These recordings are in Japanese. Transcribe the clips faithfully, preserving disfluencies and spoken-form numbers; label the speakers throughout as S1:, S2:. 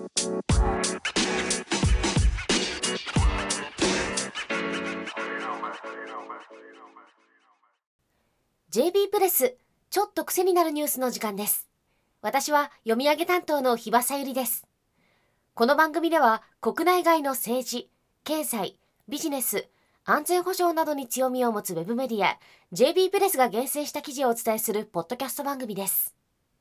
S1: ジェービー プレス、ちょっと癖になるニュースの時間です。私は読み上げ担当の日場さゆりです。この番組では国内外の政治、経済、ビジネス、安全保障などに強みを持つウェブメディア ジェービー プレスが厳選した記事をお伝えするポッドキャスト番組です。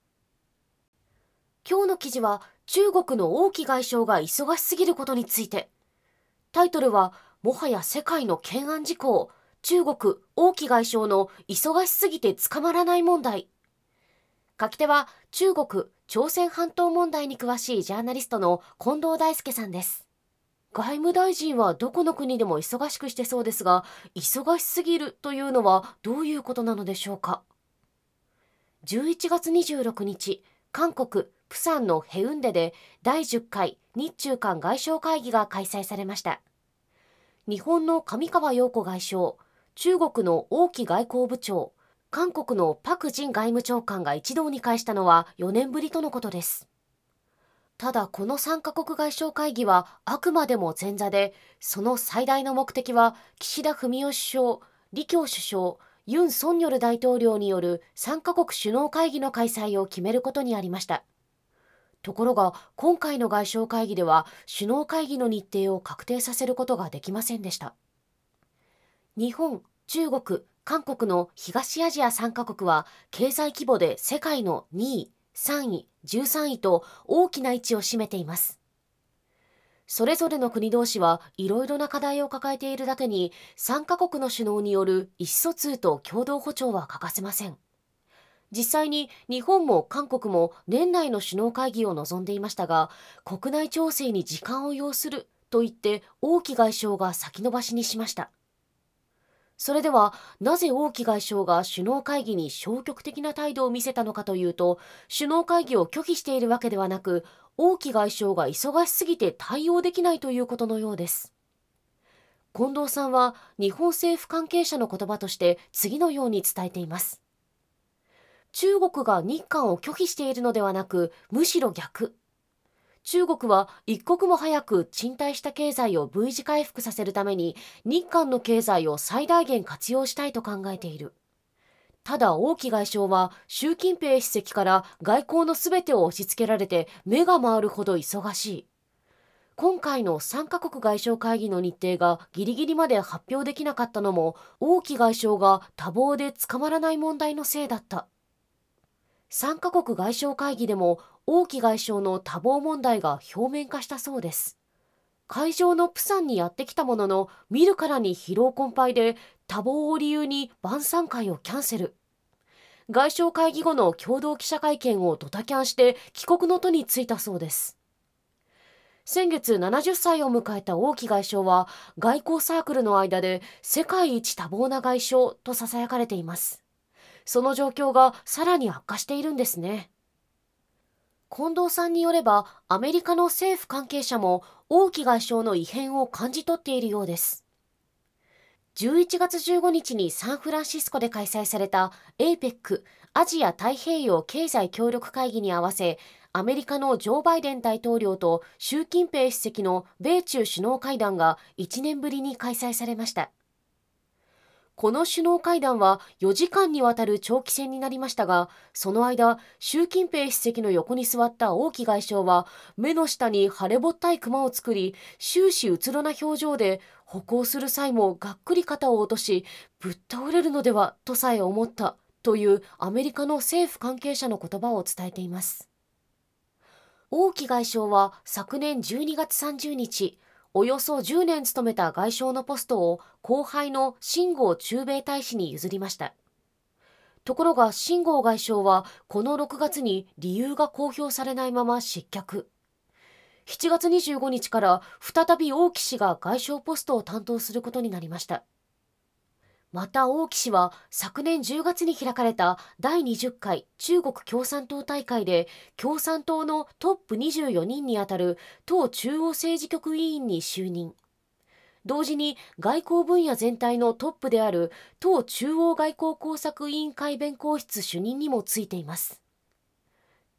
S1: 今日の記事は中国の王毅外相が忙しすぎることについて。タイトルはもはや世界の懸案事項、中国王毅外相の忙しすぎて捕まらない問題。書き手は中国朝鮮半島問題に詳しいジャーナリストの近藤大輔さんです。外務大臣はどこの国でも忙しくしてそうですが、忙しすぎるというのはどういうことなのでしょうか。じゅういちがつにじゅうろくにち、韓国プサンのヘウンデでだいじゅっかい日中韓外相会議が開催されました。日本の上川陽子外相、中国の王毅外交部長、韓国のパク・ジン外務長官が一堂に会したのはよねんぶりとのことです。ただこのさんカ国外相会議はあくまでも前座で、その最大の目的は岸田文雄首相、李強首相、ユン・ソンニョル大統領によるさんカ国首脳会議の開催を決めることにありました。ところが今回の外相会議では首脳会議の日程を確定させることができませんでした。日本、中国、韓国の東アジアさんカ国は経済規模で世界のにい、さんい、じゅうさんいと大きな位置を占めています。それぞれの国同士はいろいろな課題を抱えているだけに、さんカ国の首脳による意思疎通と共同歩調は欠かせません。実際に日本も韓国も年内の首脳会議を望んでいましたが、国内調整に時間を要すると言って王毅外相が先延ばしにしました。それではなぜ王毅外相が首脳会議に消極的な態度を見せたのかというと、首脳会議を拒否しているわけではなく、王毅外相が忙しすぎて対応できないということのようです。近藤さんは日本政府関係者の言葉として次のように伝えています。中国が日韓を拒否しているのではなく、むしろ逆。中国は一刻も早く沈滞した経済を V 字回復させるために日韓の経済を最大限活用したいと考えている。ただ王毅外相は習近平主席から外交のすべてを押し付けられて目が回るほど忙しい。今回のさんカ国外相会議の日程がギリギリまで発表できなかったのも王毅外相が多忙で捕まらない問題のせいだった。さんカ国外相会議でも王毅外相の多忙問題が表面化したそうです。会場のプサンにやってきたものの、見るからに疲労困憊で多忙を理由に晩餐会をキャンセル。外相会議後の共同記者会見をドタキャンして帰国の途に就いたそうです。先月ななじゅっさいを迎えた王毅外相は外交サークルの間で世界一多忙な外相と囁かれています。その状況がさらに悪化しているんですね。近藤さんによれば、アメリカの政府関係者も王毅外相の異変を感じ取っているようです。じゅういちがつじゅうごにちにサンフランシスコで開催された エーペック アジア太平洋経済協力会議に合わせ、アメリカのジョー・バイデン大統領と習近平主席の米中首脳会談がいちねんぶりに開催されました。この首脳会談はよじかんにわたる長期戦になりましたが、その間、習近平主席の横に座った王毅外相は、目の下に腫れぼったいクマを作り、終始うつろな表情で、歩行する際もがっくり肩を落とし、ぶっ倒れるのではとさえ思ったというアメリカの政府関係者の言葉を伝えています。王毅外相は昨年じゅうにがつさんじゅうにち、およそじゅうねん務めた外相のポストを後輩の秦剛駐米大使に譲りました。ところが秦剛外相はこのろくがつに理由が公表されないまま失脚。しちがつにじゅうごにちから再び王毅氏が外相ポストを担当することになりました。また王毅氏は昨年じゅうがつに開かれただいにじゅっかい中国共産党大会で共産党のトップにじゅうよにんにあたる党中央政治局委員に就任。同時に外交分野全体のトップである党中央外交工作委員会弁公室主任にもついています。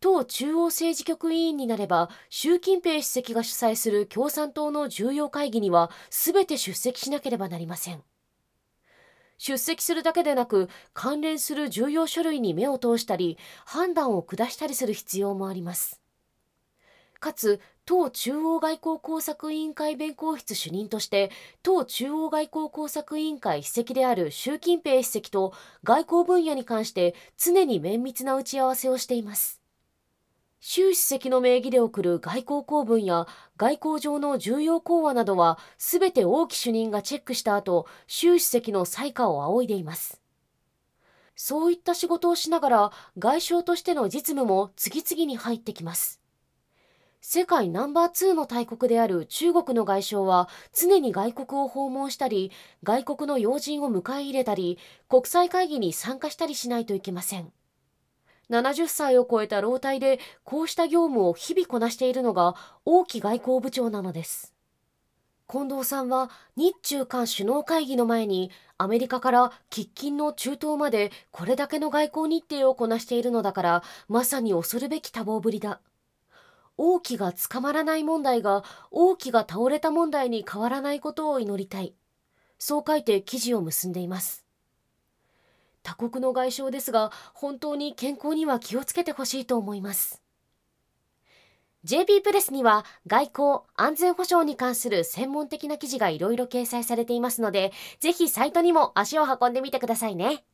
S1: 党中央政治局委員になれば、習近平主席が主催する共産党の重要会議には全て出席しなければなりません。出席するだけでなく、関連する重要書類に目を通したり、判断を下したりする必要もあります。かつ、党中央外交工作委員会弁公室主任として、党中央外交工作委員会主席である習近平主席と外交分野に関して常に綿密な打ち合わせをしています。習主席の名義で送る外交公文や外交上の重要講話などは、すべて王毅主任がチェックした後、習主席の裁可を仰いでいます。そういった仕事をしながら、外相としての実務も次々に入ってきます。世界ナンバーツーの大国である中国の外相は、常に外国を訪問したり、外国の要人を迎え入れたり、国際会議に参加したりしないといけません。ななじゅっさいを超えた老体で、こうした業務を日々こなしているのが王毅外交部長なのです。近藤さんは、日中韓首脳会議の前に、アメリカから喫緊の中東までこれだけの外交日程をこなしているのだから、まさに恐るべき多忙ぶりだ。王毅が捕まらない問題が王毅が倒れた問題に変わらないことを祈りたい。そう書いて記事を結んでいます。他国の外相ですが、本当に健康には気をつけてほしいと思います。ジェーピー プレスには外交・安全保障に関する専門的な記事がいろいろ掲載されていますので、ぜひサイトにも足を運んでみてくださいね。